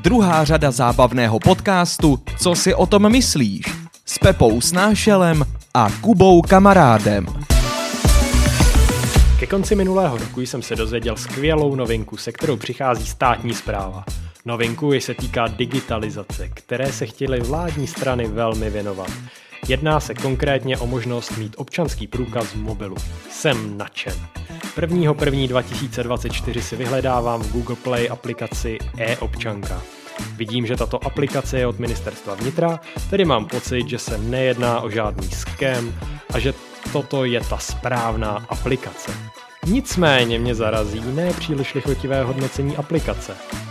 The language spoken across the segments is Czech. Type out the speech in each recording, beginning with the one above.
druhá řada zábavného podcastu Co si o tom myslíš? S Pepou Snášelem a Kubou Kamarádem. Ke konci minulého roku jsem se dozvěděl skvělou novinku, se kterou přichází státní správa. Novinku, jež se týká digitalizace, které se chtěly vládní strany velmi věnovat. Jedná se konkrétně o možnost mít občanský průkaz v mobilu. Jsem nadšen. 1.1.2024 si vyhledávám v Google Play aplikaci e-občanka. Vidím, že tato aplikace je od ministerstva vnitra, tedy mám pocit, že se nejedná o žádný scam a že toto je ta správná aplikace. Nicméně mě zarazí nepříliš lichotivé hodnocení aplikace.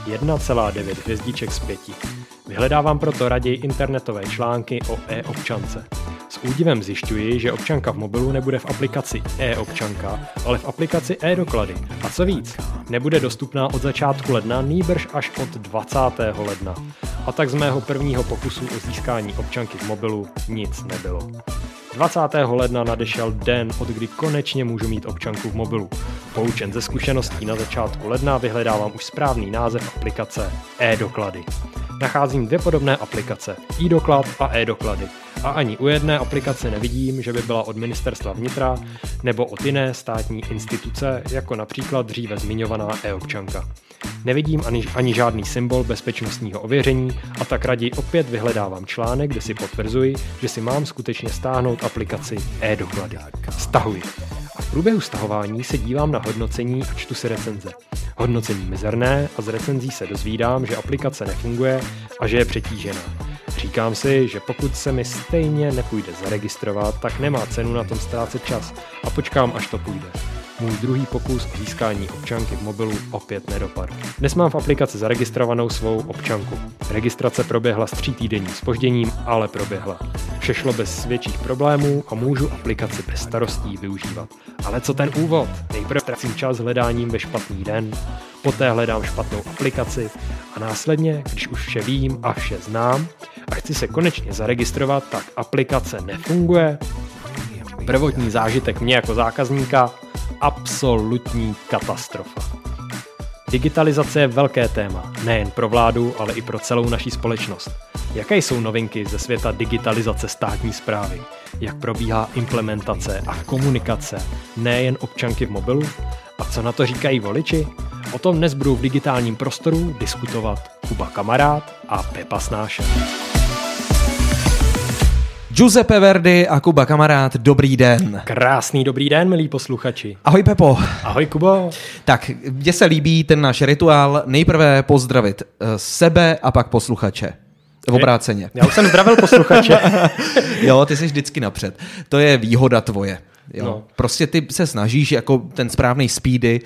1,9 hvězdiček z 5. Vyhledávám proto raději internetové články o e-občance. S údivem zjišťuji, že občanka v mobilu nebude v aplikaci e-občanka, ale v aplikaci e-doklady. A co víc, nebude dostupná od začátku ledna, nýbrž až od 20. ledna. A tak z mého prvního pokusu o získání občanky v mobilu nic nebylo. 20. ledna nadešel den, od kdy konečně můžu mít občanku v mobilu. Poučen ze zkušeností na začátku ledna vyhledávám už správný název aplikace e-doklady. Nacházím dvě podobné aplikace, e-doklad a e-doklady. A ani u jedné aplikace nevidím, že by byla od ministerstva vnitra nebo od jiné státní instituce, jako například dříve zmiňovaná e-občanka. Nevidím ani žádný symbol bezpečnostního ověření a tak raději opět vyhledávám článek, kde si potvrzuji, že si mám skutečně stáhnout aplikaci e-doklady. Stahuji. A v průběhu stahování se dívám na hodnocení a čtu si recenze. Hodnocení mizerné a z recenzí se dozvídám, že aplikace nefunguje a že je přetížená. Říkám si, že pokud se mi stejně nepůjde zaregistrovat, tak nemá cenu na tom ztrácet čas a počkám, až to půjde. Můj druhý pokus o získání občanky v mobilu opět nedopadl. Dnes mám v aplikaci zaregistrovanou svou občanku. Registrace proběhla s 3týdenním zpožděním, ale proběhla. Vše šlo bez větších problémů a můžu aplikaci bez starostí využívat. Ale co ten úvod? Nejprve ztrácím čas hledáním ve špatný den, poté hledám špatnou aplikaci a následně, když už vše vím a vše znám a chci se konečně zaregistrovat, tak aplikace nefunguje. Prvotní zážitek mě jako zákazníka absolutní katastrofa. Digitalizace je velké téma, nejen pro vládu, ale i pro celou naší společnost. Jaké jsou novinky ze světa digitalizace státní správy? Jak probíhá implementace a komunikace nejen občanky v mobilu? A co na to říkají voliči? O tom dnes budou v digitálním prostoru diskutovat Kuba Kamarád a Pepa Snášel. Giuseppe Verdi a Kuba Kamarád, dobrý den. Krásný dobrý den, milí posluchači. Ahoj Pepo. Ahoj Kubo. Tak, mně se líbí ten náš rituál, nejprve pozdravit sebe a pak posluchače. V obráceně. Já už jsem zdravil posluchače. Jo, ty jsi vždycky napřed. To je výhoda tvoje. Jo. No. Prostě ty se snažíš jako ten správný speedy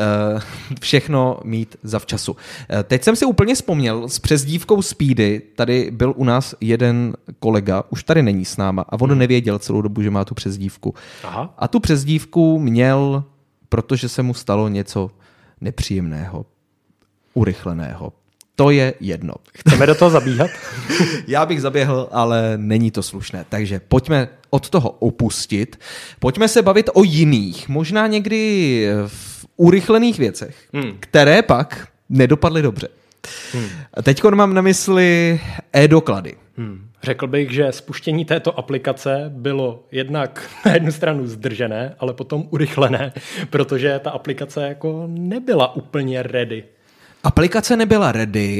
všechno mít zavčasu. Teď jsem si úplně vzpomněl, s přezdívkou Speedy tady byl u nás jeden kolega, už tady není s náma a on nevěděl celou dobu, že má tu přezdívku. Aha. A tu přezdívku měl, protože se mu stalo něco nepříjemného, urychleného. To je jedno. Chceme do toho zabíhat? Já bych zaběhl, ale není to slušné. Takže pojďme od toho opustit. Pojďme se bavit o jiných, možná někdy v urychlených věcech, které pak nedopadly dobře. Teďko mám na mysli e-doklady. Řekl bych, že spuštění této aplikace bylo jednak na jednu stranu zdržené, ale potom urychlené, protože ta aplikace jako nebyla úplně ready. Aplikace nebyla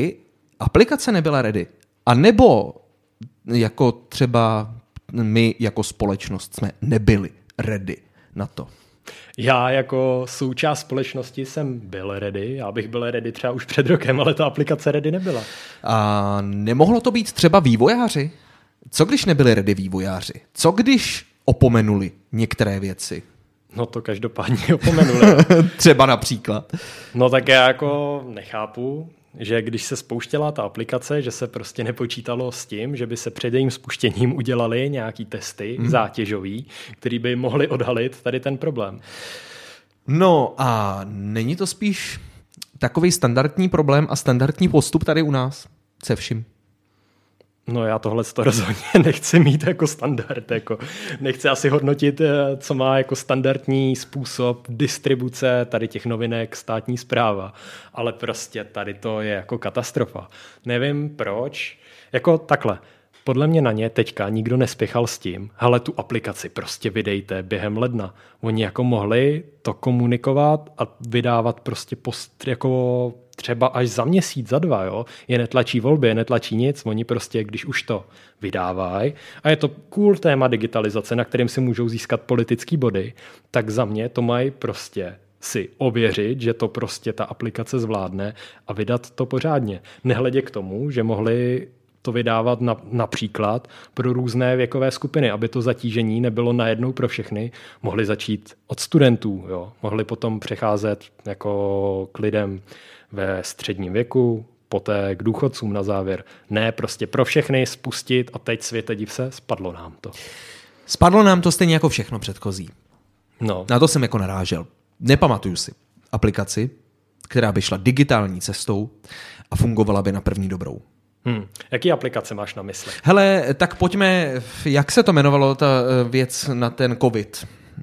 ready. A nebo jako třeba my jako společnost jsme nebyli ready na to. Já jako součást společnosti jsem byl ready. Já bych byl ready třeba už před rokem, ale ta aplikace ready nebyla. A nemohlo to být třeba vývojáři? Co když nebyli ready vývojáři? Co když opomenuli některé věci? No to každopádně opomenuli. Třeba například. No tak já jako nechápu, že když se spouštěla ta aplikace, že se prostě nepočítalo s tím, že by se před jejím spuštěním udělali nějaký testy zátěžový, který by mohli odhalit tady ten problém. No a není to spíš takový standardní problém a standardní postup tady u nás se vším? No já tohle to rozhodně nechci mít jako standard. Jako nechci asi hodnotit, co má jako standardní způsob distribuce tady těch novinek státní správa, ale prostě tady to je jako katastrofa. Nevím proč, jako takhle. Podle mě na ně teďka nikdo nespěchal s tím, hele, tu aplikaci prostě vydejte během ledna. Oni jako mohli to komunikovat a vydávat prostě post jako třeba až za měsíc, za 2, jo. Je netlačí volby, je netlačí nic, oni prostě, když už to vydávají a je to cool téma digitalizace, na kterým si můžou získat politický body, tak za mě to mají prostě si ověřit, že to prostě ta aplikace zvládne a vydat to pořádně. Nehledě k tomu, že mohli to vydávat například pro různé věkové skupiny, aby to zatížení nebylo najednou pro všechny. Mohli začít od studentů, jo. Mohli potom přecházet jako k lidem ve středním věku, poté k důchodcům na závěr. Ne, prostě pro všechny spustit a teď světe div se, spadlo nám to. Spadlo nám to stejně jako všechno předchozí. No. Na to jsem jako narážel. Nepamatuju si aplikaci, která by šla digitální cestou a fungovala by na první dobrou. Jaký aplikace máš na mysli? Hele, tak pojďme, jak se to jmenovalo, ta věc na ten covid?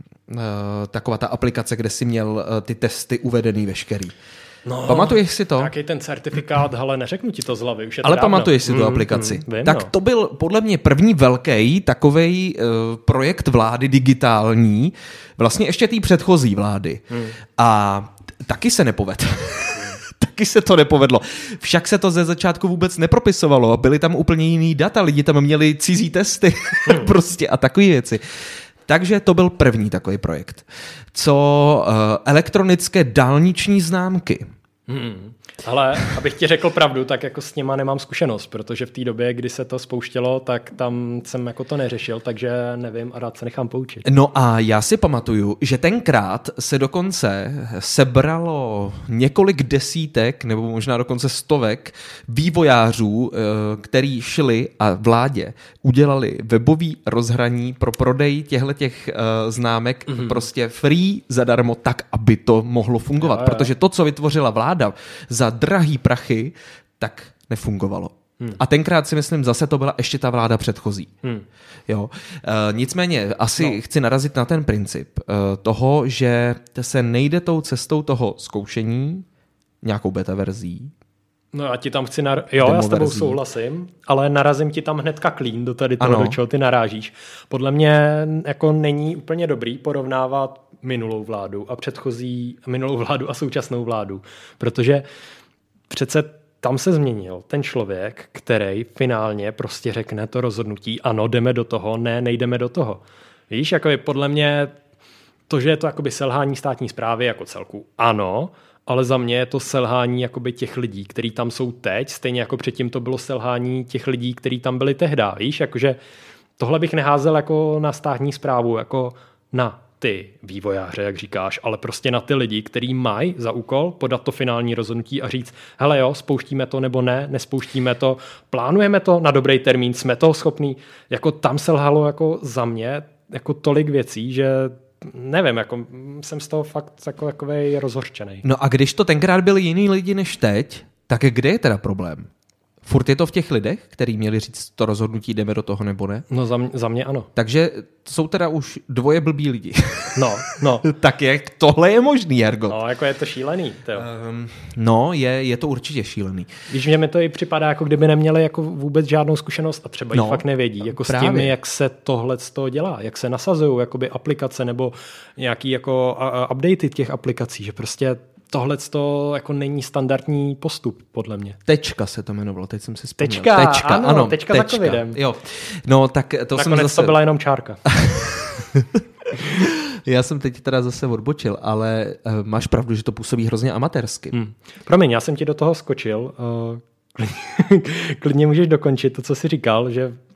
Taková ta aplikace, kde si měl ty testy uvedený veškerý. No, pamatuješ si to? Jaký ten certifikát, hele, neřeknu ti to z hlavy, už je to ale dávno. Pamatuješ si tu aplikaci? Vím, tak to byl podle mě první velký takovej projekt vlády digitální, vlastně ještě té předchozí vlády. A taky se nepovedl. Taky se to nepovedlo. Však se to ze začátku vůbec nepropisovalo. Byly tam úplně jiný data, lidi tam měli cizí testy prostě a takové věci. Takže to byl první takový projekt. Co elektronické dálniční známky. Ale abych ti řekl pravdu, tak jako s něma nemám zkušenost, protože v té době, kdy se to spouštělo, tak tam jsem jako to neřešil, takže nevím a rád se nechám poučit. No a já si pamatuju, že tenkrát se dokonce sebralo několik desítek nebo možná dokonce stovek vývojářů, který šli a vládě udělali webový rozhraní pro prodej těchto známek prostě free zadarmo tak, aby to mohlo fungovat, protože to, co vytvořila vláda za drahý prachy, tak nefungovalo. A tenkrát si myslím, zase to byla ještě ta vláda předchozí. Jo. Nicméně asi chci narazit na ten princip toho, že se nejde tou cestou toho zkoušení nějakou beta verzí. No já ti tam chci jo, já s tebou souhlasím, ale narazím ti tam hnedka klín do tady toho, do čeho ty narážíš. Podle mě jako není úplně dobrý porovnávat minulou vládu a současnou vládu, protože přece tam se změnil ten člověk, který finálně prostě řekne to rozhodnutí, ano, jdeme do toho, ne, nejdeme do toho. Víš, jako je podle mě to, že je to jakoby selhání státní správy jako celku, ano, ale za mě je to selhání jakoby těch lidí, kteří tam jsou teď, stejně jako předtím to bylo selhání těch lidí, kteří tam byli tehda, víš, jakože tohle bych neházel jako na státní správu, jako na ty vývojáře, jak říkáš, ale prostě na ty lidi, kteří mají za úkol podat to finální rozhodnutí a říct, hele jo, spouštíme to nebo ne, nespouštíme to, plánujeme to na dobrý termín, jsme toho schopní, jako tam selhalo jako za mě jako tolik věcí, že nevím, jako jsem z toho fakt jako takovej rozhořčenej. No a když to tenkrát byli jiný lidi než teď, tak kde je teda problém? Furt je to v těch lidech, kteří měli říct to rozhodnutí, jdeme do toho nebo ne? No za mě ano. Takže jsou teda už dvoje blbí lidi. No. Tak jak tohle je možný, Jargo? No, jako je to šílený. No, je to určitě šílený. Víš, že mi to i připadá, jako kdyby neměli jako vůbec žádnou zkušenost a třeba ji fakt nevědí. Jako právě. S tím, jak se tohle z toho dělá, jak se nasazují jakoby aplikace nebo nějaký jako updaty těch aplikací, že prostě tohle jako není standardní postup, podle mě. Tečka se to jmenovalo, teď jsem si vzpomněl. Tečka za covidem. Jo. No, tak to nakonec jsem zase... to byla jenom čárka. Já jsem teď teda zase odbočil, ale máš pravdu, že to působí hrozně amatérsky. Promiň, já jsem ti do toho skočil. Klidně můžeš dokončit to, co jsi říkal,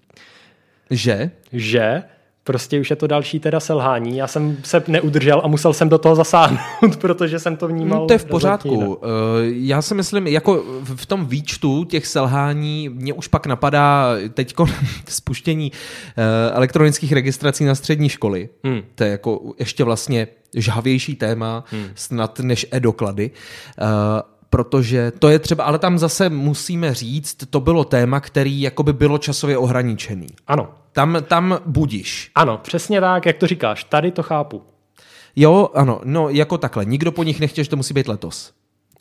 že prostě už je to další teda selhání. Já jsem se neudržel a musel jsem do toho zasáhnout, protože jsem to vnímal. To je v pořádku. Já si myslím, jako v tom výčtu těch selhání mě už pak napadá teďko spuštění elektronických registrací na střední školy. To je jako ještě vlastně žhavější téma snad než e-doklady. protože to je třeba, ale tam zase musíme říct, to bylo téma, který jakoby bylo časově ohraničený. Ano. Tam budíš. Ano, přesně tak, jak to říkáš, tady to chápu. Jo, ano, no jako takhle, nikdo po nich nechtěl, že to musí být letos.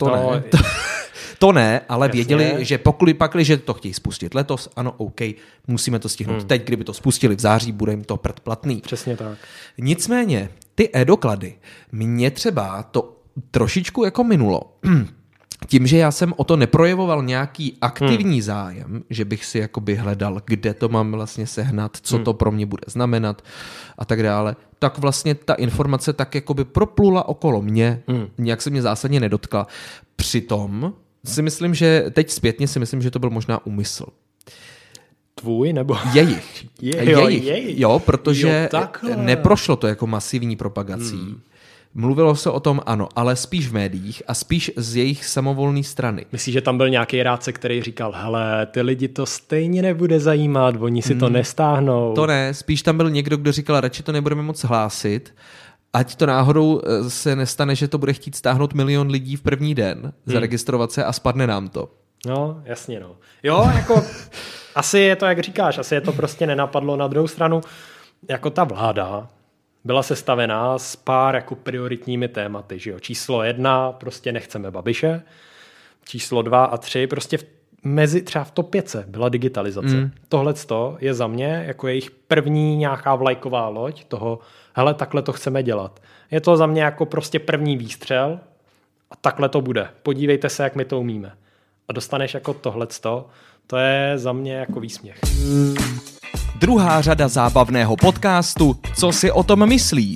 To ne, ale jasně. Věděli, že pakli, že to chtějí spustit letos, ano, OK, musíme to stihnout. Teď, kdyby to spustili v září, bude jim to platný. Přesně tak. Nicméně, ty e-doklady, mě třeba to trošičku jako minulo. Tím, že já jsem o to neprojevoval nějaký aktivní zájem, že bych si jakoby hledal, kde to mám vlastně sehnat, co to pro mě bude znamenat a tak dále, tak vlastně ta informace tak jakoby proplula okolo mě, nějak se mě zásadně nedotkla. Přitom si myslím, že teď zpětně si myslím, že to byl možná úmysl. Tvůj nebo? Jejich. Jo, protože neprošlo to jako masivní propagací. Mluvilo se o tom, ano, ale spíš v médiích a spíš z jejich samovolné strany. Myslíš, že tam byl nějaký rádce, který říkal, hele, ty lidi to stejně nebude zajímat, oni si to nestáhnou. To ne, spíš tam byl někdo, kdo říkal, radši to nebudeme moc hlásit, ať to náhodou se nestane, že to bude chtít stáhnout 1 milion lidí v první den, zaregistrovat se a spadne nám to. No, jasně no. Jo, jako asi je to, jak říkáš, asi je to prostě nenapadlo. Na druhou stranu, jako ta vláda byla sestavená s pár jako prioritními tématy. Že jo? Číslo 1, prostě nechceme Babiše. Číslo 2 a 3, prostě třeba v top 5 byla digitalizace. Tohleto je za mě jako jejich první nějaká vlajková loď toho, hele, takhle to chceme dělat. Je to za mě jako prostě první výstřel a takhle to bude. Podívejte se, jak my to umíme. A dostaneš jako tohleto, to je za mě jako výsměch. Druhá řada zábavného podcastu Co si o tom myslíš?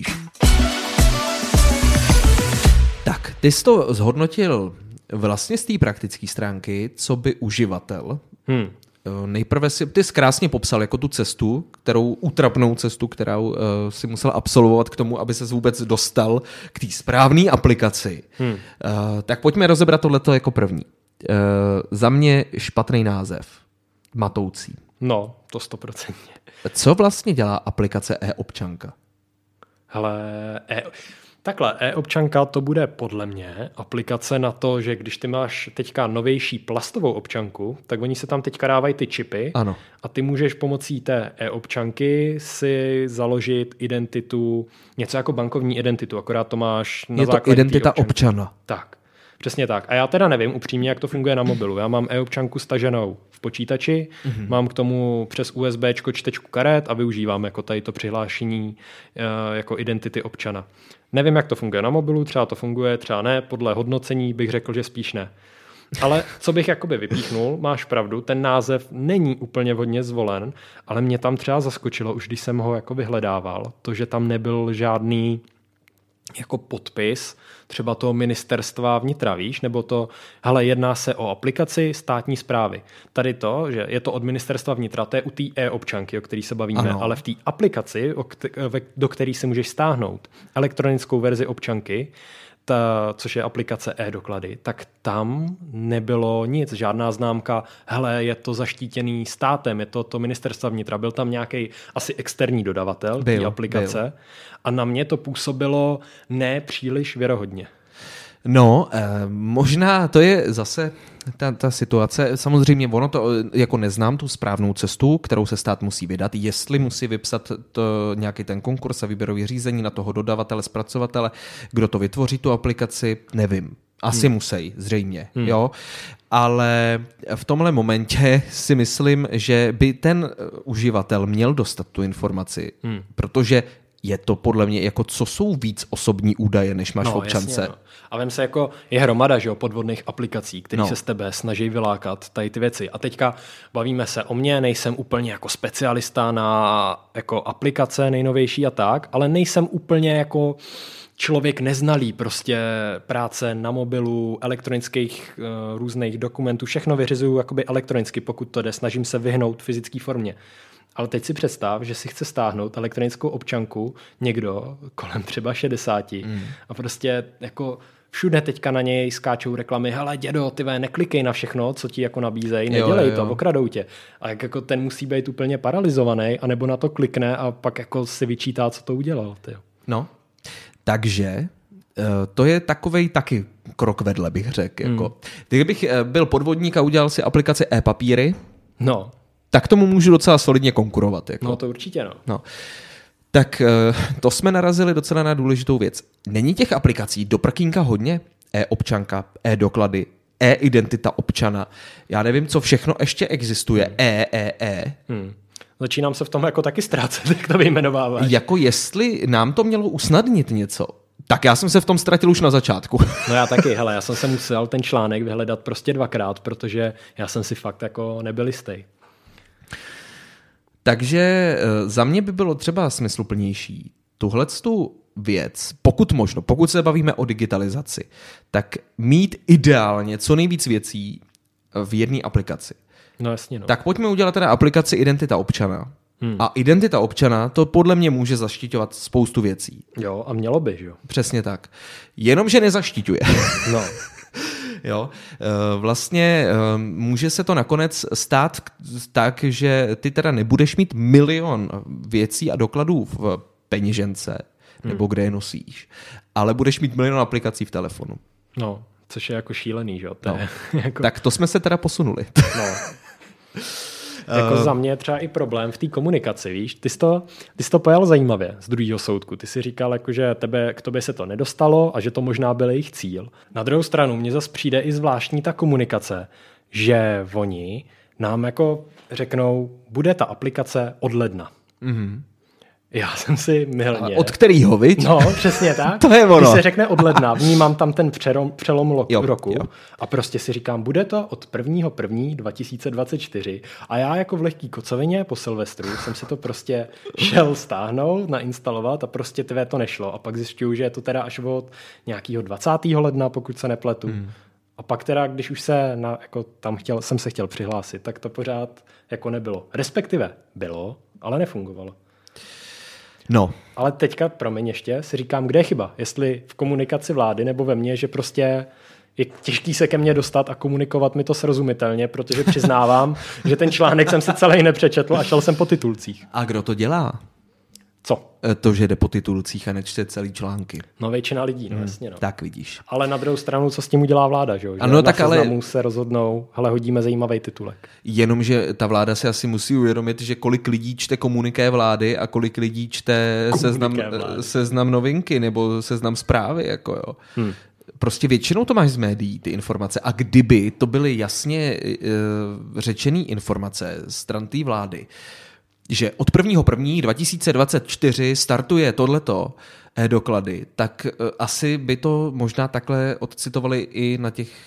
Tak, ty jsi to zhodnotil vlastně z té praktické stránky, co by uživatel. Nejprve ty jsi krásně popsal jako tu cestu, útrapnou cestu, kterou si musel absolvovat k tomu, aby ses vůbec dostal k té správné aplikaci. Tak pojďme rozebrat tohleto jako první. Za mě špatný název. Matoucí. No, to 100%. Co vlastně dělá aplikace e-občanka? Hele, takhle, e-občanka to bude podle mě aplikace na to, že když ty máš teďka novější plastovou občanku, tak oni se tam teďka dávají ty čipy. Ano. A ty můžeš pomocí té e-občanky si založit identitu, něco jako bankovní identitu, akorát to máš na základě je to identita občana. Tak. Přesně tak. A já teda nevím upřímně, jak to funguje na mobilu. Já mám e-občanku staženou v počítači, mám k tomu přes USBčko čtečku karet a využívám jako tady to přihlášení jako identity občana. Nevím, jak to funguje na mobilu, třeba to funguje, třeba ne, podle hodnocení bych řekl, že spíš ne. Ale co bych jakoby vypíchnul, máš pravdu, ten název není úplně vhodně zvolen, ale mě tam třeba zaskočilo, už když jsem ho jako vyhledával, to, že tam nebyl žádný jako podpis třeba toho ministerstva vnitra, víš, nebo to, hele, jedná se o aplikaci státní správy. Tady to, že je to od ministerstva vnitra, to je u té e-občanky, o který se bavíme, ano. Ale v té aplikaci, do které si můžeš stáhnout elektronickou verzi občanky, což je aplikace e-doklady, tak tam nebylo nic, žádná známka, hele, je to zaštítěný státem, je to ministerstva vnitra, byl tam nějaký asi externí dodavatel té aplikace a na mě to působilo nepříliš věrohodně. No, možná to je zase ta situace. Samozřejmě ono to jako neznám tu správnou cestu, kterou se stát musí vydat, jestli musí vypsat nějaký ten konkurs a výběrový řízení na toho dodavatele, zpracovatele, kdo to vytvoří tu aplikaci, nevím. Asi musí, zřejmě, jo. Ale v tomhle momentě si myslím, že by ten uživatel měl dostat tu informaci, protože je to podle mě, jako co jsou víc osobní údaje, než máš v občance. Jasně, no. A vem se, jako je hromada, že jo, podvodných aplikací, které se z tebe snaží vylákat tady ty věci. A teďka bavíme se o mně, nejsem úplně jako specialista na jako aplikace nejnovější a tak, ale nejsem úplně jako člověk neznalý, prostě práce na mobilu, elektronických různých dokumentů, všechno vyřizuju jakoby elektronicky, pokud to jde, snažím se vyhnout fyzické formě. Ale teď si představ, že si chce stáhnout elektronickou občanku někdo kolem třeba 60 a prostě jako všude teďka na něj skáčou reklamy, hele dědo, ty neklikej na všechno, co ti jako nabízejí, nedělej to, okradou tě. A jako ten musí být úplně paralizovaný, anebo na to klikne a pak jako si vyčítá, co to udělal. Tyjo. No, takže To je takovej taky krok vedle, bych řekl. Jako. Kdybych byl podvodník a udělal si aplikaci e-papíry, tak tomu můžu docela solidně konkurovat. Jako. No to určitě, no. Tak to jsme narazili docela na důležitou věc. Není těch aplikací do prkínka hodně? E-občanka, e-doklady, e-identita občana. Já nevím, co všechno ještě existuje. Začínám se v tom jako taky ztrácet, jak to vyjmenováváš. Jako jestli nám to mělo usnadnit něco, tak já jsem se v tom ztratil už na začátku. No já taky, hele, já jsem se musel ten článek vyhledat prostě 2krát, protože já jsem si fakt jako nebyl jistý. Takže za mě by bylo třeba smysluplnější tuhletu věc, pokud možno, pokud se bavíme o digitalizaci, tak mít ideálně co nejvíc věcí v jedné aplikaci. No jasně, no. Tak pojďme udělat teda aplikaci Identita občana. A Identita občana to podle mě může zaštiťovat spoustu věcí. Jo, a mělo by, jo. Přesně tak. Jenomže nezaštiťuje. No. Jo, vlastně může se to nakonec stát tak, že ty teda nebudeš mít milion věcí a dokladů v peněžence, nebo kde je nosíš, ale budeš mít milion aplikací v telefonu. No, což je jako šílený, že jo? Jako... Tak to jsme se teda posunuli. No. Jako za mě třeba i problém v té komunikaci, víš? Ty jsi to pojal zajímavě z druhého soudku. Ty jsi říkal, jako, že k tobě se to nedostalo a že to možná byl jejich cíl. Na druhou stranu mně zase přijde i zvláštní ta komunikace, že oni nám jako řeknou, bude ta aplikace od ledna. Mm-hmm. Já jsem si mylně... Od kterýho, viď? No, přesně tak. To je ono. Když se řekne od ledna, vnímám tam ten přelom roku a prostě si říkám, bude to od 1.1.2024 2024 a já jako v lehký kocovině po Silvestru jsem si to prostě šel stáhnout, nainstalovat a prostě to nešlo a pak zjišťuju, že je to teda až od nějakého 20. ledna, pokud se nepletu. A pak teda, když už jsem se chtěl přihlásit, tak to pořád jako nebylo. Respektive bylo, ale nefungovalo. No. Ale teďka, promiň ještě, si říkám, kde je chyba. Jestli v komunikaci vlády nebo ve mně, že prostě je těžký se ke mně dostat a komunikovat mi to srozumitelně, protože přiznávám, že ten článek jsem si celý nepřečetl a šel jsem po titulcích. A kdo to dělá? Co? To, že jde po titulcích a nečte celý články. No většina lidí, no jasně. No. Tak vidíš. Ale na druhou stranu, co s tím udělá vláda, že? Ano, tak na seznamu se rozhodnou, hele, hodíme zajímavý titulek. Jenomže ta vláda si asi musí uvědomit, že kolik lidí čte komuniké vlády a kolik lidí čte seznam novinky nebo seznam zprávy, jako jo. Prostě většinou to máš z médií, ty informace. A kdyby to byly jasně řečené informace stran té vlády, že od 1.1.2024 2024 startuje tohleto doklady, tak asi by to možná takhle odcitovali i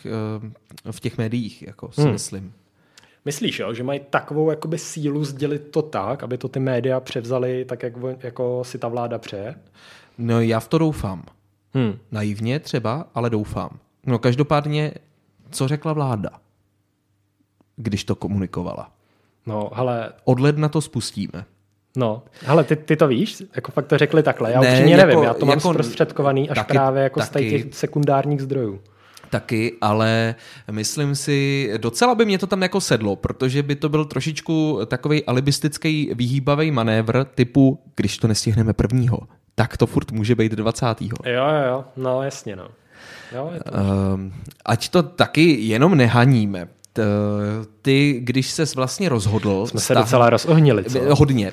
v těch médiích, jako si myslím. Myslíš, jo, že mají takovou jakoby sílu sdělit to tak, aby to ty média převzaly tak, jako si ta vláda přeje? No já v to doufám. Naivně třeba, ale doufám. No každopádně, co řekla vláda, když to komunikovala? No, hele... Od ledna to spustíme. No, hele, ty to víš? Jako fakt to řekli takhle. Já upřímně nevím, já to mám zprostředkovaný až právě jako z těch sekundárních zdrojů. Taky, ale myslím si, docela by mě to tam jako sedlo, protože by to byl trošičku takovej alibistický vyhýbavý manévr typu, když to nestihneme 1., tak to furt může být 20. Jo, no jasně, no. Jo, je to ať to taky jenom nehaníme. Ty, když ses vlastně rozhodl... Jsme se docela rozohnili, co? Hodně.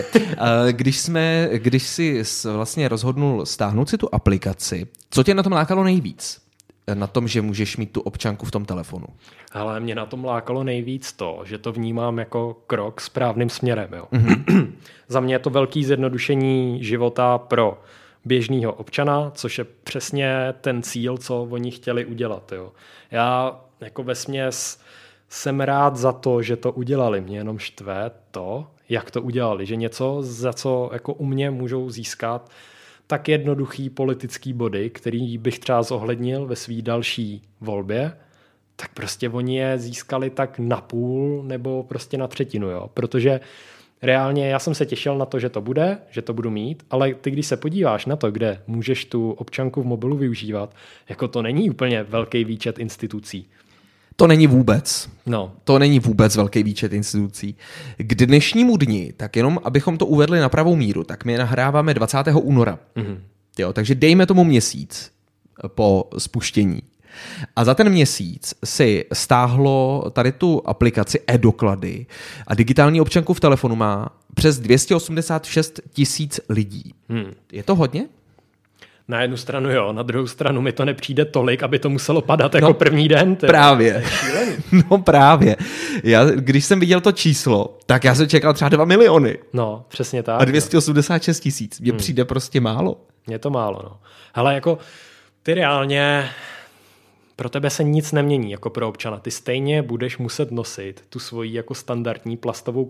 Když jsi vlastně rozhodnul stáhnout si tu aplikaci, co tě na tom lákalo nejvíc? Na tom, že můžeš mít tu občanku v tom telefonu. Ale mě na tom lákalo nejvíc to, že to vnímám jako krok správným směrem. Jo. Za mě je to velký zjednodušení života pro běžného občana, což je přesně ten cíl, co oni chtěli udělat. Jo. Já jako vesměs jsem rád za to, že to udělali. Mě jenom štve to, jak to udělali. Že něco, za co jako u mě můžou získat tak jednoduchý politický body, který bych třeba zohlednil ve své další volbě, tak prostě oni je získali tak na půl nebo prostě na třetinu. Jo. Protože reálně já jsem se těšil na to, že to budu mít, ale ty, když se podíváš na to, kde můžeš tu občanku v mobilu využívat, jako to není úplně velký výčet institucí. To není vůbec. No. To není vůbec velký výčet institucí. K dnešnímu dni, tak jenom abychom to uvedli na pravou míru, tak my nahráváme 20. února. Jo, takže dejme tomu měsíc. po spuštění. A za ten měsíc si stáhlo tady tu aplikaci e-doklady a digitální občanku v telefonu má přes 286 000 lidí. Je to hodně? Na jednu stranu jo, na druhou stranu mi to nepřijde tolik, aby to muselo padat jako první den. Právě. No právě. Když jsem viděl to číslo, tak já jsem čekal třeba 2 miliony. No, přesně tak. A 286 000. Mně přijde prostě málo. Je to málo, no. Hele, jako ty reálně... Pro tebe se nic nemění jako pro občana. Ty stejně budeš muset nosit tu svoji jako standardní plastovou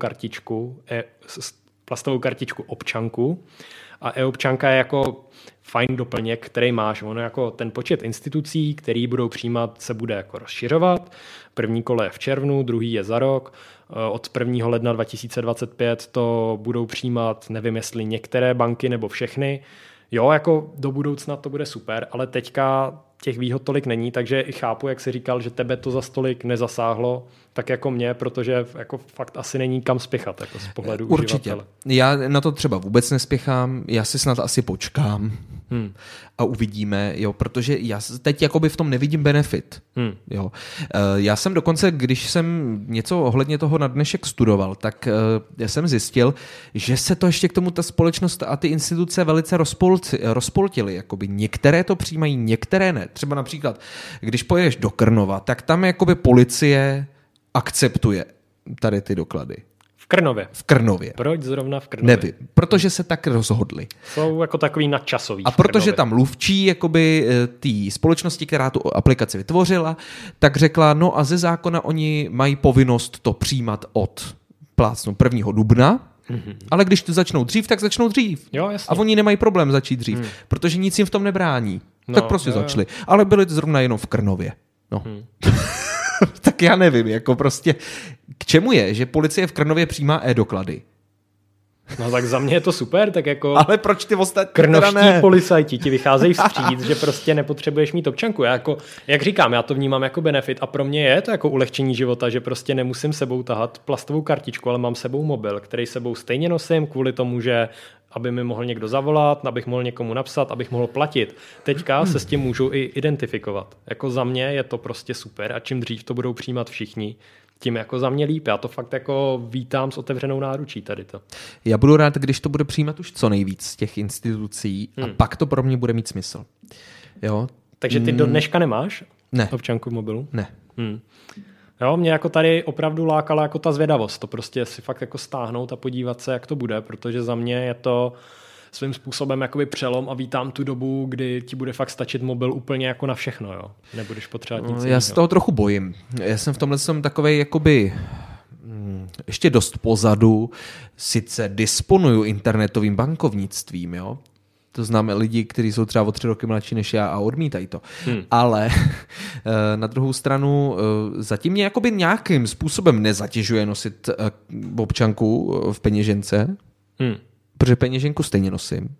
kartičku občanku a e-občanka je jako fajn doplněk, který máš. Ono jako ten počet institucí, který budou přijímat, se bude jako rozšiřovat. První kolo je v červnu, druhý je za rok. Od 1. ledna 2025 to budou přijímat, nevím jestli některé banky nebo všechny. Jo, jako do budoucna to bude super, ale teďka těch výhod tolik není, takže i chápu, jak jsi říkal, že tebe to za tolik nezasáhlo, tak jako mě, protože jako fakt asi není kam spěchat jako z pohledu Určitě. uživatele. Já na to třeba vůbec nespěchám, já si snad asi počkám a uvidíme, jo, protože já teď jakoby v tom nevidím benefit. Jo. Já jsem dokonce, když jsem něco ohledně toho na dnešek studoval, tak já jsem zjistil, že se to ještě k tomu ta společnost a ty instituce velice rozpoltily. Jakoby některé to přijímají, některé ne. Třeba například, když pojedeš do Krnova, tak tam jakoby policie akceptuje tady ty doklady. V Krnově. Proč zrovna v Krnově? Nevím, protože se tak rozhodli. Jsou jako takový nadčasový. A protože tam mluvčí jakoby té společnosti, která tu aplikaci vytvořila, tak řekla, no a ze zákona oni mají povinnost to přijímat od 1. dubna, ale když to začnou dřív, tak začnou dřív. Jo, jasně. A oni nemají problém začít dřív, protože nic jim v tom nebrání. Tak prostě začali. Ale byli zrovna jenom v Krnově. No. Tak já nevím, jako prostě k čemu je, že policie v Krnově přijímá e-doklady? No tak za mě je to super, tak jako... Ale proč ty ostatní krnovští policajti ti vycházejí vstříc, že prostě nepotřebuješ mít občanku. Já jako, jak říkám, já to vnímám jako benefit a pro mě je to jako ulehčení života, že prostě nemusím sebou tahat plastovou kartičku, ale mám sebou mobil, který sebou stejně nosím kvůli tomu, že aby mi mohl někdo zavolat, abych mohl někomu napsat, abych mohl platit. Teďka se s tím můžu i identifikovat. Jako za mě je to prostě super a čím dřív to budou přijímat všichni, tím jako za mě líp. Já to fakt jako vítám s otevřenou náručí tady to. Já budu rád, když to bude přijímat už co nejvíc z těch institucí a pak to pro mě bude mít smysl. Jo? Takže ty do dneška nemáš ne. občanku v mobilu? Ne. Jo, mě jako tady opravdu lákala jako ta zvědavost. To prostě si fakt jako stáhnout a podívat se, jak to bude, protože za mě je to svým způsobem jakoby přelom a vítám tu dobu, kdy ti bude fakt stačit mobil úplně jako na všechno, jo. Nebudeš potřebovat nic. Já se toho trochu bojím. Já jsem v tomhle takovej jakoby ještě dost pozadu. Sice disponuju internetovým bankovnictvím, jo. To známe lidi, kteří jsou třeba o 3 roky mladší než já a odmítají to. Ale na druhou stranu zatím mě jakoby nějakým způsobem nezatěžuje nosit občanku v peněžence, protože peněženku stejně nosím.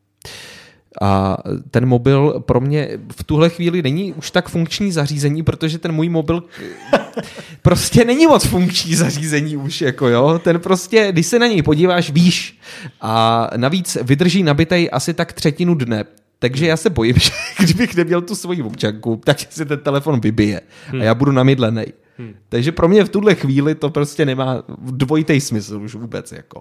A ten mobil pro mě v tuhle chvíli není už tak funkční zařízení, protože ten můj mobil prostě není moc funkční zařízení už, jako jo. Ten prostě, když se na něj podíváš, víš. A navíc vydrží nabitej asi tak 1/3 dne. Takže já se bojím, že kdybych neměl tu svoji občanku, tak si ten telefon vybije. A já budu namydlenej. Takže pro mě v tuhle chvíli to prostě nemá dvojitý smysl už vůbec. Jako.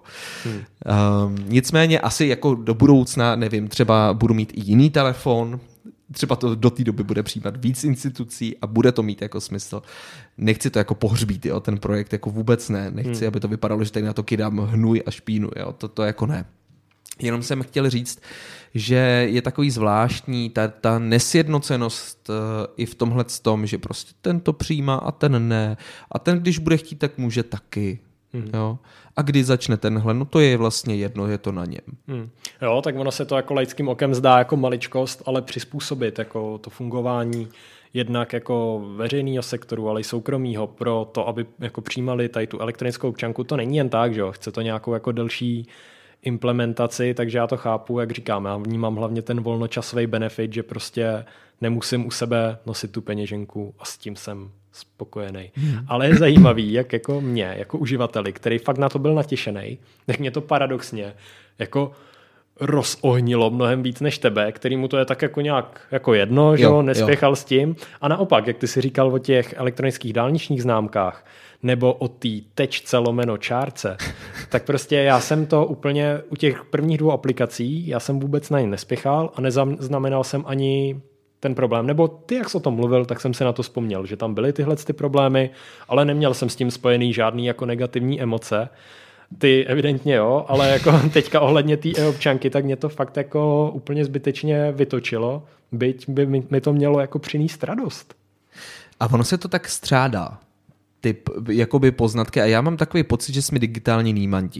Nicméně asi jako do budoucna, nevím, třeba budu mít i jiný telefon, třeba to do té doby bude přijímat víc institucí a bude to mít jako smysl. Nechci to jako pohřbít, jo, ten projekt jako vůbec ne. Nechci, aby to vypadalo, že tady na to kydám hnůj a špínu, jo, to jako ne. Jenom jsem chtěl říct, že je takový zvláštní ta nesjednocenost i v tomhle tom, že prostě ten to přijímá a ten ne. A ten, když bude chtít, tak může taky. Jo? A když začne tenhle, no to je vlastně jedno, je to na něm. Jo, tak ono se to jako laickým okem zdá jako maličkost, ale přizpůsobit jako to fungování jednak jako veřejného sektoru, ale i soukromého pro to, aby jako přijímali tady tu elektronickou občanku, to není jen tak, že jo, chce to nějakou jako delší implementaci, takže já to chápu, jak říkám, já vnímám hlavně ten volnočasový benefit, že prostě nemusím u sebe nosit tu peněženku a s tím jsem spokojený. Ale je zajímavý, jak jako mě, jako uživateli, který fakt na to byl natěšený, tak mě to paradoxně jako rozohnilo mnohem víc než tebe, kterýmu to je tak jako nějak jako jedno, že jo, nespěchal s tím. A naopak, jak ty si říkal o těch elektronických dálničních známkách, nebo o té tečce/čárce, tak prostě já jsem to úplně u těch prvních 2 aplikací, já jsem vůbec na ně nespěchal a nezaznamenal jsem ani ten problém. Nebo ty, jak jsi o tom mluvil, tak jsem se na to vzpomněl, že tam byly tyhle ty problémy, ale neměl jsem s tím spojený žádný jako negativní emoce. Ty evidentně jo, ale jako teďka ohledně té e-občanky, tak mě to fakt jako úplně zbytečně vytočilo, byť by mi to mělo jako přinést radost. A ono se to tak střádá, ty jakoby poznatky, a já mám takový pocit, že jsme digitální nímanti.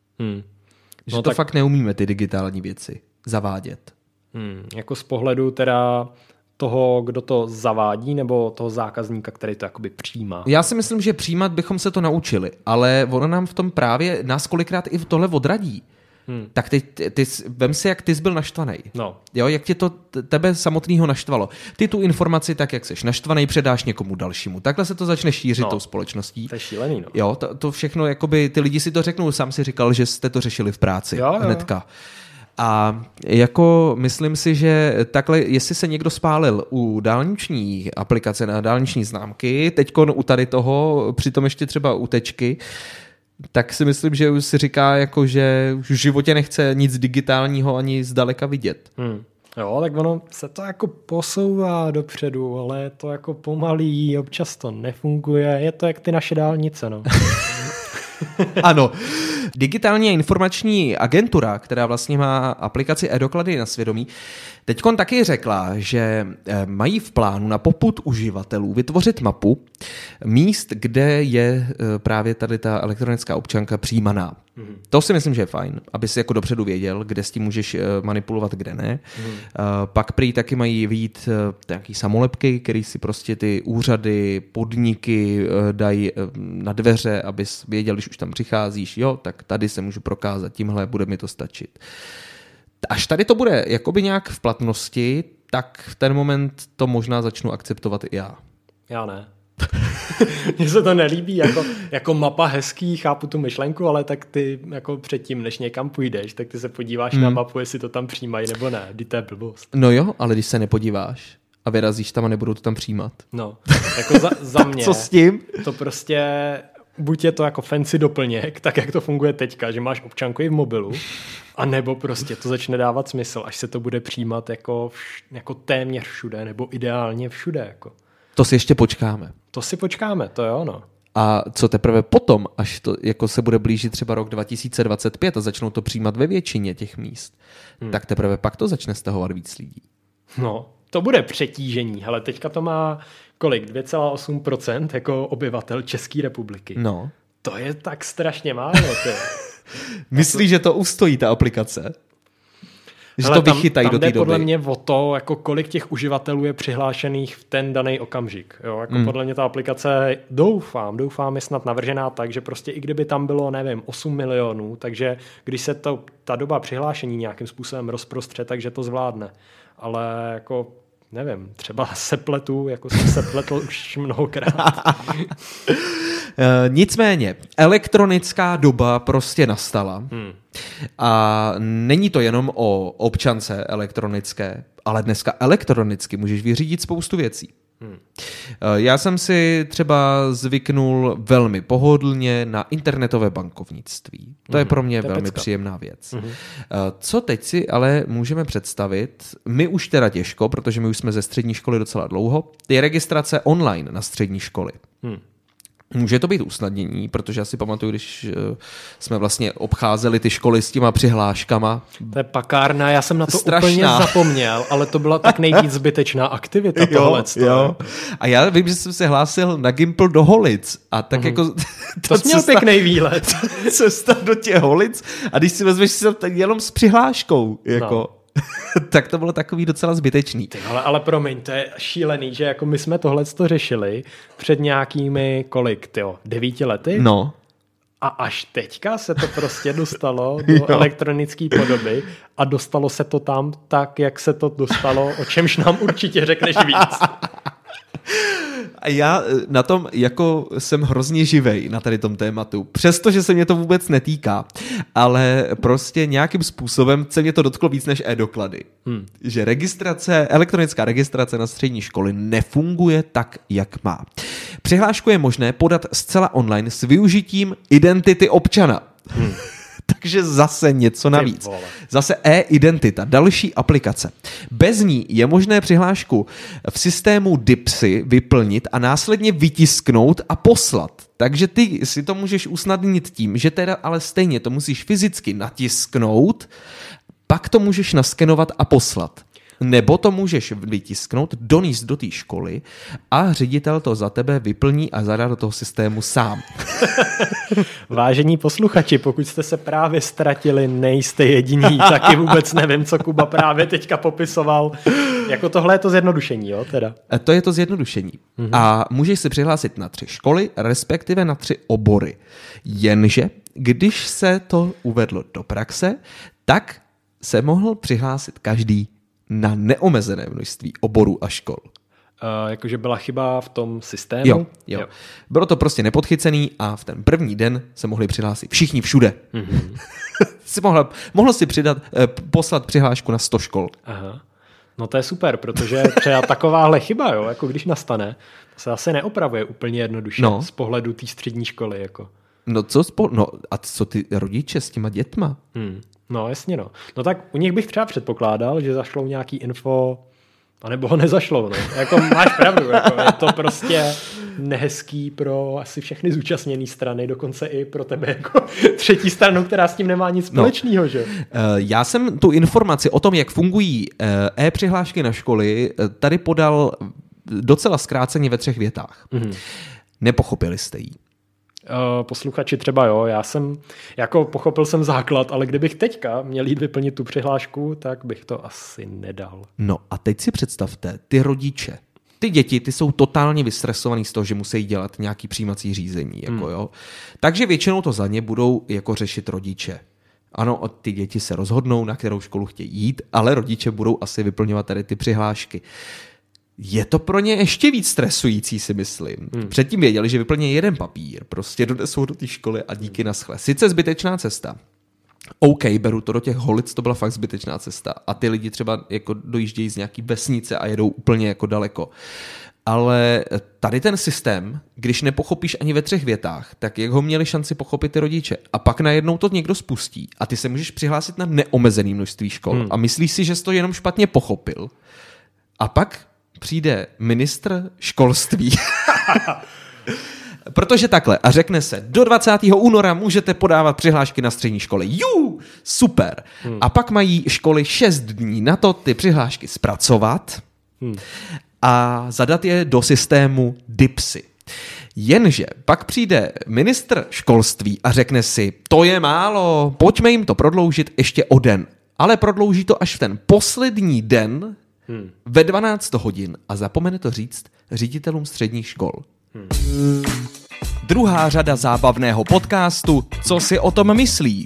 Že to fakt neumíme ty digitální věci zavádět. Jako z pohledu teda toho, kdo to zavádí, nebo toho zákazníka, který to jakoby přijímá? Já si myslím, že přijímat bychom se to naučili, ale ono nám v tom právě nás kolikrát i tohle odradí. Tak ty vem si, jak ty jsi byl naštvaný. No. Jo, jak tě to tebe samotného naštvalo. Ty tu informaci, tak jak seš naštvaný, předáš někomu dalšímu. Takhle se to začne šířit tou společností. To je šílený, no. Jo, to všechno, jakoby ty lidi si to řeknou, sám si říkal, že jste to řešili v práci. Jo. Hnedka. A jako myslím si, že takhle, jestli se někdo spálil u dálniční aplikace na dálniční známky, teďkon u tady toho, přitom ještě třeba u tečky, tak si myslím, že už si říká, jako, že už v životě nechce nic digitálního ani zdaleka vidět. Jo, tak ono se to jako posouvá dopředu, ale je to jako pomalý, občas to nefunguje, je to jak ty naše dálnice, no. Ano. Digitální a informační agentura, která vlastně má aplikaci e-doklady na svědomí, teďkon taky řekla, že mají v plánu na popud uživatelů vytvořit mapu míst, kde je právě tady ta elektronická občanka přijímaná. To si myslím, že je fajn, aby si jako dopředu věděl, kde s tím můžeš manipulovat, kde ne. Pak prý taky mají vyjít nějaký samolepky, který si prostě ty úřady, podniky dají na dveře, abys věděl, když už tam přicházíš, jo, tak tady se můžu prokázat, tímhle bude mi to stačit. Až tady to bude jakoby nějak v platnosti, tak v ten moment to možná začnu akceptovat i já. Já ne. Mně se to nelíbí, jako mapa hezký, chápu tu myšlenku, ale tak ty jako předtím, než někam půjdeš, tak ty se podíváš na mapu, jestli to tam přijímají nebo ne. Vždyť to je blbost. No jo, ale když se nepodíváš a vyrazíš tam a nebudou to tam přijímat. No, jako za mě. Co s tím? To prostě, buď je to jako fancy doplněk, tak jak to funguje teďka, že máš občanku i v mobilu, a nebo prostě to začne dávat smysl, až se to bude přijímat jako téměř všude, nebo ideálně všude. Jako. To si ještě počkáme. To si počkáme, to jo, no. A co teprve potom, až to jako se bude blížit třeba rok 2025 a začnou to přijímat ve většině těch míst, tak teprve pak to začne stahovat víc lidí. No, to bude přetížení. Hele, teďka to má kolik? 2,8% jako obyvatel České republiky. No. To je tak strašně málo, ty. Myslíš, že to ustojí ta aplikace? Že ale to vychytají do té doby? Podle mě o to, jako kolik těch uživatelů je přihlášených v ten daný okamžik. Jo? Jako podle mě ta aplikace, doufám, je snad navržená tak, že prostě i kdyby tam bylo, nevím, 8 milionů, takže když se ta doba přihlášení nějakým způsobem rozprostře, takže to zvládne. Ale jako nevím, třeba sepletu, jako jsem sepletl už mnohokrát. Nicméně, elektronická doba prostě nastala. A není to jenom o občance elektronické, ale dneska elektronicky můžeš vyřídit spoustu věcí. Já jsem si třeba zvyknul velmi pohodlně na internetové bankovnictví. To je pro mě velmi příjemná věc. Co teď si ale můžeme představit, my už teda těžko, protože my už jsme ze střední školy docela dlouho, je registrace online na střední školy. Může to být usnadnění, protože já si pamatuju, když jsme vlastně obcházeli ty školy s těma přihláškama. To je pakárna, já jsem na to úplně zapomněl, ale to byla tak nejvíc zbytečná aktivita tohleto. Jo. A já vím, že jsem se hlásil na Gimpl do Holic a tak jako... To jsi měl pěkný výlet. Cesta do těch Holic a když si vezmeš si tak jenom s přihláškou, jako... No. Tak to bylo takový docela zbytečný. Ale promiň, to je šílený, že jako my jsme tohleto řešili před nějakými 9 lety? No. A až teďka se to prostě dostalo do elektronické podoby a dostalo se to tam tak, jak se to dostalo, o čemž nám určitě řekneš víc. A já na tom jako jsem hrozně živej na tady tom tématu, přestože se mě to vůbec netýká, ale prostě nějakým způsobem se mě to dotklo víc než e-doklady. Že elektronická registrace na střední školy nefunguje tak, jak má. Přihlášku je možné podat zcela online s využitím identity občana. Takže zase něco navíc. Zase e-identita, další aplikace. Bez ní je možné přihlášku v systému DIPSy vyplnit a následně vytisknout a poslat. Takže ty si to můžeš usnadnit tím, že teda ale stejně to musíš fyzicky natisknout, pak to můžeš naskenovat a poslat. Nebo to můžeš vytisknout, donést do té školy a ředitel to za tebe vyplní a zadá do toho systému sám. Vážení posluchači, pokud jste se právě ztratili, nejste jediní, taky vůbec nevím, co Kuba právě teďka popisoval. Jako tohle je to zjednodušení, jo? Teda. To je to zjednodušení. A můžeš se přihlásit na 3 školy, respektive na 3 obory. Jenže, když se to uvedlo do praxe, tak se mohl přihlásit každý na neomezené množství oborů a škol. Jakože byla chyba v tom systému? Jo. Bylo to prostě nepodchycený a v ten první den se mohli přihlásit všichni všude. mohl si poslat přihlášku na 100 škol. Aha. No to je super, protože třeba takováhle chyba, jo, jako když nastane, to se asi neopravuje úplně jednoduše z pohledu té střední školy. Jako. A co ty rodiče s těma dětma? No jasně no. No tak u nich bych třeba předpokládal, že zašlou nějaký info, anebo ho nezašlou. No. Jako máš pravdu, jako je to prostě nehezký pro asi všechny zúčastněné strany, dokonce i pro tebe jako třetí stranu, která s tím nemá nic společného. Že? Já jsem tu informaci o tom, jak fungují e-přihlášky na školy, tady podal docela zkráceně ve 3 větách. Nepochopili jste ji. Posluchači třeba jo, já jsem, jako pochopil jsem základ, ale kdybych teďka měl jít vyplnit tu přihlášku, tak bych to asi nedal. No a teď si představte, ty rodiče, ty děti, ty jsou totálně vystresovaný z toho, že musí dělat nějaký přijímací řízení. Jako, jo. Takže většinou to za ně budou jako řešit rodiče. Ano, ty děti se rozhodnou, na kterou školu chtějí jít, ale rodiče budou asi vyplňovat tady ty přihlášky. Je to pro ně ještě víc stresující, si myslím. Předtím věděli, že vyplní jeden papír, prostě donesou do té školy a díky naschle. Sice zbytečná cesta. OK, beru to do těch Holic, to byla fakt zbytečná cesta. A ty lidi třeba jako dojíždějí z nějaký vesnice a jedou úplně jako daleko. Ale tady ten systém, když nepochopíš ani ve 3 větách, tak jak ho měli šanci pochopit ty rodiče. A pak najednou to někdo spustí a ty se můžeš přihlásit na neomezené množství škol. A myslíš si, že jsi to jenom špatně pochopil. A pak přijde ministr školství. Protože takhle. A řekne se, do 20. února můžete podávat přihlášky na střední školy. Super. A pak mají školy 6 dní na to ty přihlášky zpracovat a zadat je do systému DIPSy. Jenže pak přijde ministr školství a řekne si, to je málo, pojďme jim to prodloužit ještě o den. Ale prodlouží to až v ten poslední den ve 12 hodin a zapomene to říct ředitelům středních škol. Druhá řada zábavného podcastu Co si o tom myslíš?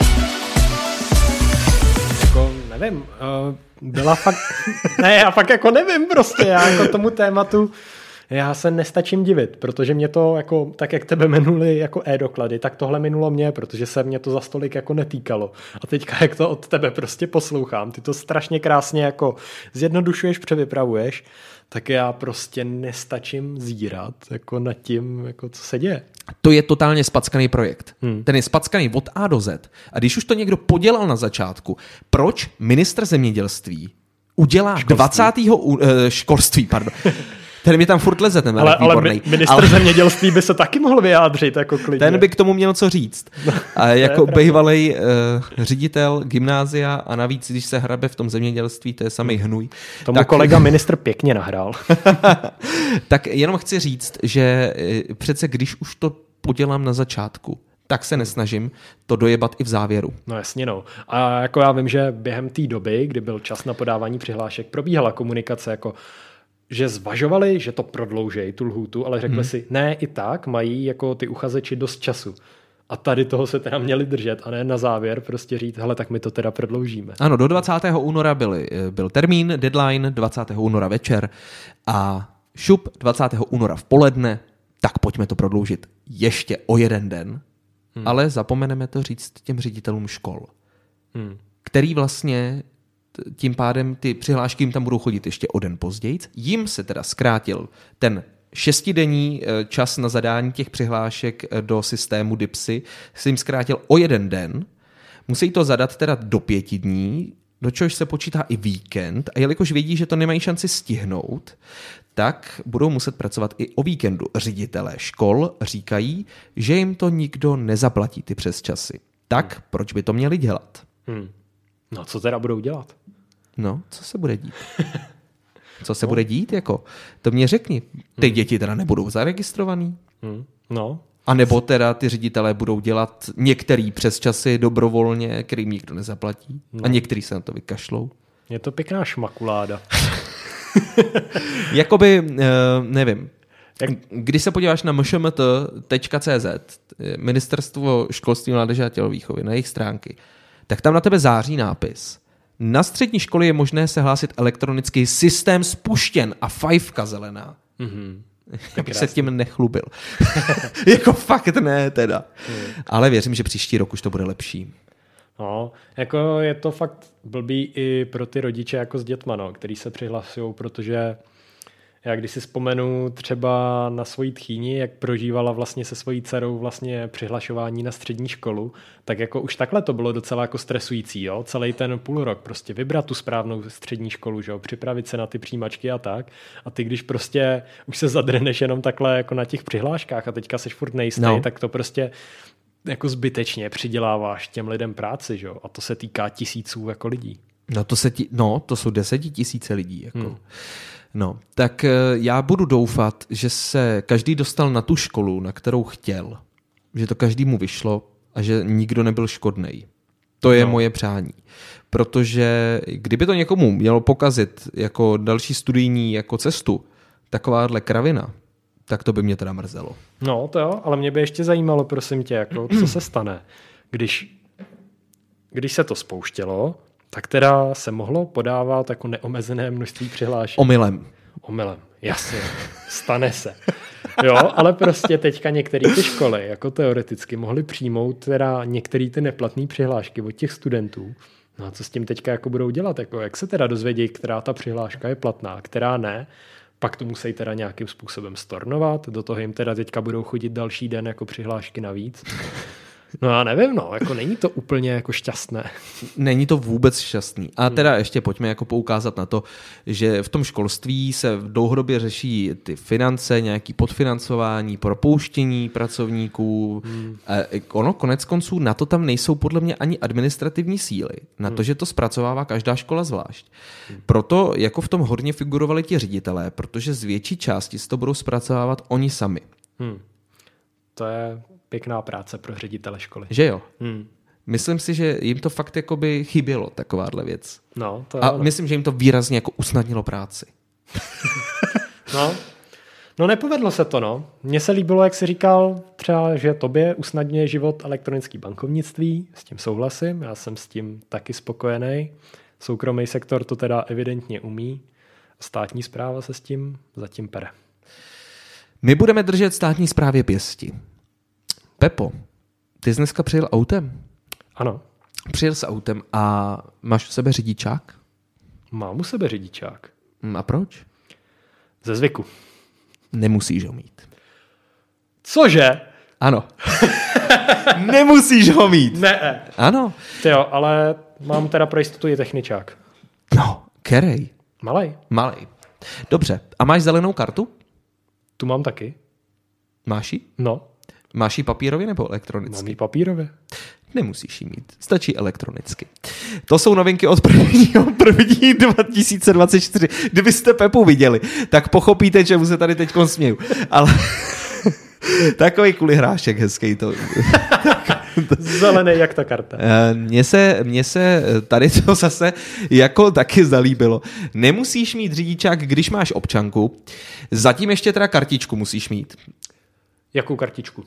Jako nevím, byla fakt... Ne, já fakt jako nevím prostě, já jako tomu tématu já se nestačím divit, protože mě to jako, tak jak tebe minuli jako e-doklady, tak tohle minulo mě, protože se mě to za stolik jako netýkalo. A teďka jak to od tebe prostě poslouchám, ty to strašně krásně jako zjednodušuješ, převypravuješ, tak já prostě nestačím zírat jako nad tím, jako co se děje. To je totálně spackaný projekt. Ten je spackaný od A do Z. A když už to někdo podělal na začátku, proč ministr zemědělství udělá 20. školství, pardon. Ten mi tam furt leze, ten výborný. Ministr zemědělství by se taky mohl vyjádřit, jako klidně. Ten by k tomu měl co říct. A jako bývalej ředitel gymnázia a navíc, když se hrabe v tom zemědělství, to je samý hnůj. Tomu tak... kolega ministr pěkně nahrál. Tak jenom chci říct, že přece když už to podělám na začátku, tak se nesnažím to dojebat i v závěru. No jasně no. A jako já vím, že během té doby, kdy byl čas na podávání přihlášek, probíhala komunikace jako že zvažovali, že to prodloužejí tu lhůtu, ale řekli si, ne, i tak mají jako ty uchazeči dost času. A tady toho se teda měli držet a ne na závěr prostě říct, hele, tak my to teda prodloužíme. Ano, do 20. února byl termín, deadline, 20. února večer a šup 20. února v poledne, tak pojďme to prodloužit ještě o 1 den, ale zapomeneme to říct těm ředitelům škol, který vlastně tím pádem ty přihlášky jim tam budou chodit ještě o den později. Jim se teda zkrátil ten 6denní čas na zadání těch přihlášek do systému DIPSy, se jim zkrátil o 1 den. Musí to zadat teda do 5 dní, do čehož se počítá i víkend, a jelikož vědí, že to nemají šanci stihnout, tak budou muset pracovat i o víkendu. Ředitelé škol říkají, že jim to nikdo nezaplatí, ty přesčasy. Tak proč by to měli dělat? No co teda budou dělat? No, co se bude dít? Co se bude dít? Jako? To mě řekni. Ty děti teda nebudou zaregistrovaný? No. A nebo teda ty ředitelé budou dělat některý přesčasy dobrovolně, kterým nikdo nezaplatí. A některý se na to vykašlou. Je to pěkná šmakuláda. Jakoby, nevím. Když se podíváš na mšmt.cz, Ministerstvo školství, mládeže a tělovýchovy, na jejich stránky, tak tam na tebe září nápis. Na střední školy je možné se hlásit elektronicky, systém spuštěn a 5 zelená. Bych se tím nechlubil. Jako fakt ne teda. Ale věřím, že příští rok už to bude lepší. No, jako je to fakt blbý i pro ty rodiče jako s dětma, no, který se přihlasují, protože já když si vzpomenu třeba na svoji tchýni, jak prožívala vlastně se svojí dcerou vlastně přihlašování na střední školu, tak jako už takhle to bylo docela jako stresující, jo? Celý ten půl rok prostě vybrat tu správnou střední školu, že jo? Připravit se na ty přijímačky a tak. A ty když prostě už se zadrneš jenom takhle jako na těch přihláškách a teďka seš furt nejistý, tak to prostě jako zbytečně přiděláváš těm lidem práci, že jo? A to se týká tisíců jako lidí. To jsou 10 000 lidí jako. No, tak já budu doufat, že se každý dostal na tu školu, na kterou chtěl. Že to každému vyšlo a že nikdo nebyl škodnej. To je moje přání. Protože kdyby to někomu mělo pokazit jako další studijní jako cestu, takováhle kravina, tak to by mě teda mrzelo. No to jo, ale mě by ještě zajímalo, prosím tě, jako, co se stane, když se to spouštělo, tak teda se mohlo podávat jako neomezené množství přihlášek. Omylem, jasně, stane se. Jo, ale prostě teďka některé ty školy jako teoreticky mohly přijmout teda některé ty neplatné přihlášky od těch studentů. No a co s tím teďka jako budou dělat? Jako, jak se teda dozvědějí, která ta přihláška je platná, která ne? Pak to musí teda nějakým způsobem stornovat, do toho jim teda teďka budou chodit další den jako přihlášky navíc. No já nevím, jako není to úplně jako šťastné. Není to vůbec šťastný. A teda ještě pojďme jako poukázat na to, že v tom školství se dlouhodobě řeší ty finance, nějaký podfinancování, propouštění pracovníků. Ono konec konců na to tam nejsou podle mě ani administrativní síly. Na to, že to zpracovává každá škola zvlášť. Proto jako v tom hodně figurovali ti ředitelé, protože z větší části si to budou zpracovávat oni sami. To je pěkná práce pro ředitele školy. Že jo? Myslím si, že jim to fakt jakoby chybělo, takováhle věc. No, to a myslím, že jim to výrazně jako usnadnilo práci. No nepovedlo se to, no. Mně se líbilo, jak jsi říkal, třeba, že tobě usnadňuje život elektronický bankovnictví, s tím souhlasím, já jsem s tím taky spokojený. Soukromý sektor to teda evidentně umí, státní správa se s tím zatím pere. My budeme držet státní správě pěsti. Pepo, ty jsi dneska přijel autem? Ano. Přijel jsi autem a máš u sebe řidičák? Mám u sebe řidičák. A proč? Ze zvyku. Nemusíš ho mít. Cože? Ano. Nemusíš ho mít. Ne. Ano. Tyjo, ale mám teda pro jistotu i techničák. No, kerej. Malej. Dobře. A máš zelenou kartu? Tu mám taky. Máš ji? No. Máš ji papírově nebo elektronicky? Mám ji papírově. Nemusíš ji mít, stačí elektronicky. To jsou novinky od 1. 2024. Kdybyste Pepu viděli, tak pochopíte, čemu se tady teďkon směju. Ale takový kulihrášek hezký to. Zelený jak ta karta. Mně se tady to zase jako taky zalíbilo. Nemusíš mít řidičák, když máš občanku. Zatím ještě teda kartičku musíš mít. Jakou kartičku?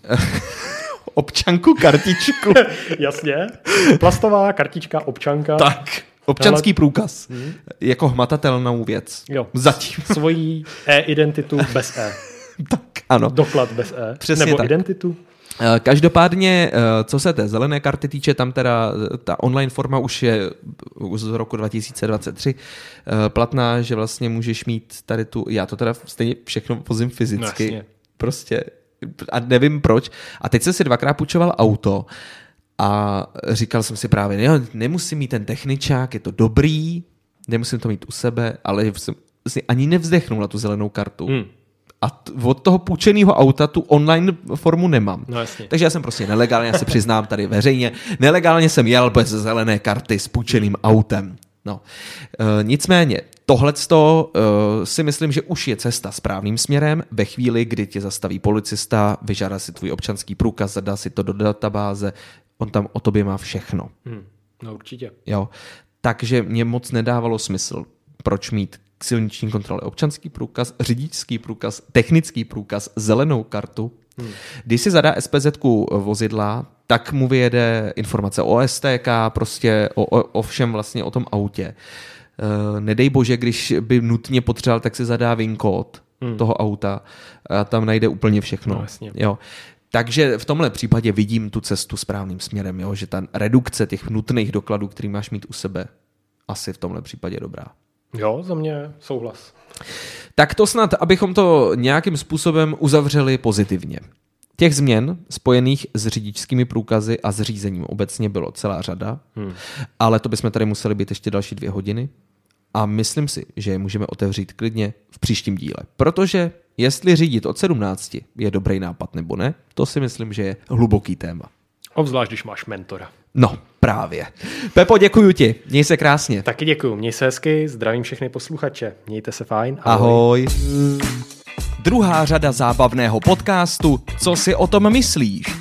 Občanku, kartičku. Jasně. Plastová kartička, občanka. Tak. Občanský průkaz. Jako hmatatelnou věc. Jo. Zatím. Svojí e-identitu bez E. Tak, ano. Doklad bez E. Přesně nebo tak. identitu. Každopádně, co se té zelené karty týče, tam teda ta online forma už je z roku 2023 platná, že vlastně můžeš mít tady tu, já to teda stejně všechno vozím fyzicky, no, prostě a nevím proč. A teď jsem si 2krát půjčoval auto a říkal jsem si právě, nemusím mít ten techničák, je to dobrý, nemusím to mít u sebe, ale jsem si ani nevzdechnul na tu zelenou kartu. A od toho půjčeného auta tu online formu nemám. No, jasně. Takže já jsem prostě nelegálně, já se přiznám tady veřejně, nelegálně jsem jel bez zelené karty s půjčeným autem. No. Nicméně, tohleto si myslím, že už je cesta správným směrem ve chvíli, kdy tě zastaví policista, vyžádá si tvůj občanský průkaz, zadá si to do databáze, on tam o tobě má všechno. No určitě. Jo. Takže mě moc nedávalo smysl, proč mít k silniční kontrole občanský průkaz, řidičský průkaz, technický průkaz, zelenou kartu. Když si zadá SPZ-ku vozidla, tak mu vyjede informace o STK, prostě o všem vlastně o tom autě. Nedej bože, když by nutně potřeboval, tak si zadá VIN kód toho auta a tam najde úplně všechno. No, jasně. Jo. Takže v tomhle případě vidím tu cestu správným směrem, jo? Že ta redukce těch nutných dokladů, který máš mít u sebe, asi v tomhle případě je dobrá. Jo, za mě souhlas. Tak to snad, abychom to nějakým způsobem uzavřeli pozitivně. Těch změn spojených s řidičskými průkazy a s řízením obecně bylo celá řada, ale to bychom tady museli být ještě další 2 hodiny a myslím si, že je můžeme otevřít klidně v příštím díle, protože jestli řídit od 17 je dobrý nápad nebo ne, to si myslím, že je hluboký téma. Obzvlášť, když máš mentora. No, právě. Pepo, děkuju ti. Měj se krásně. Taky děkuju. Měj se hezky, zdravím všechny posluchače. Mějte se fajn. Ahoj. Druhá řada zábavného podcastu Co si o tom myslíš?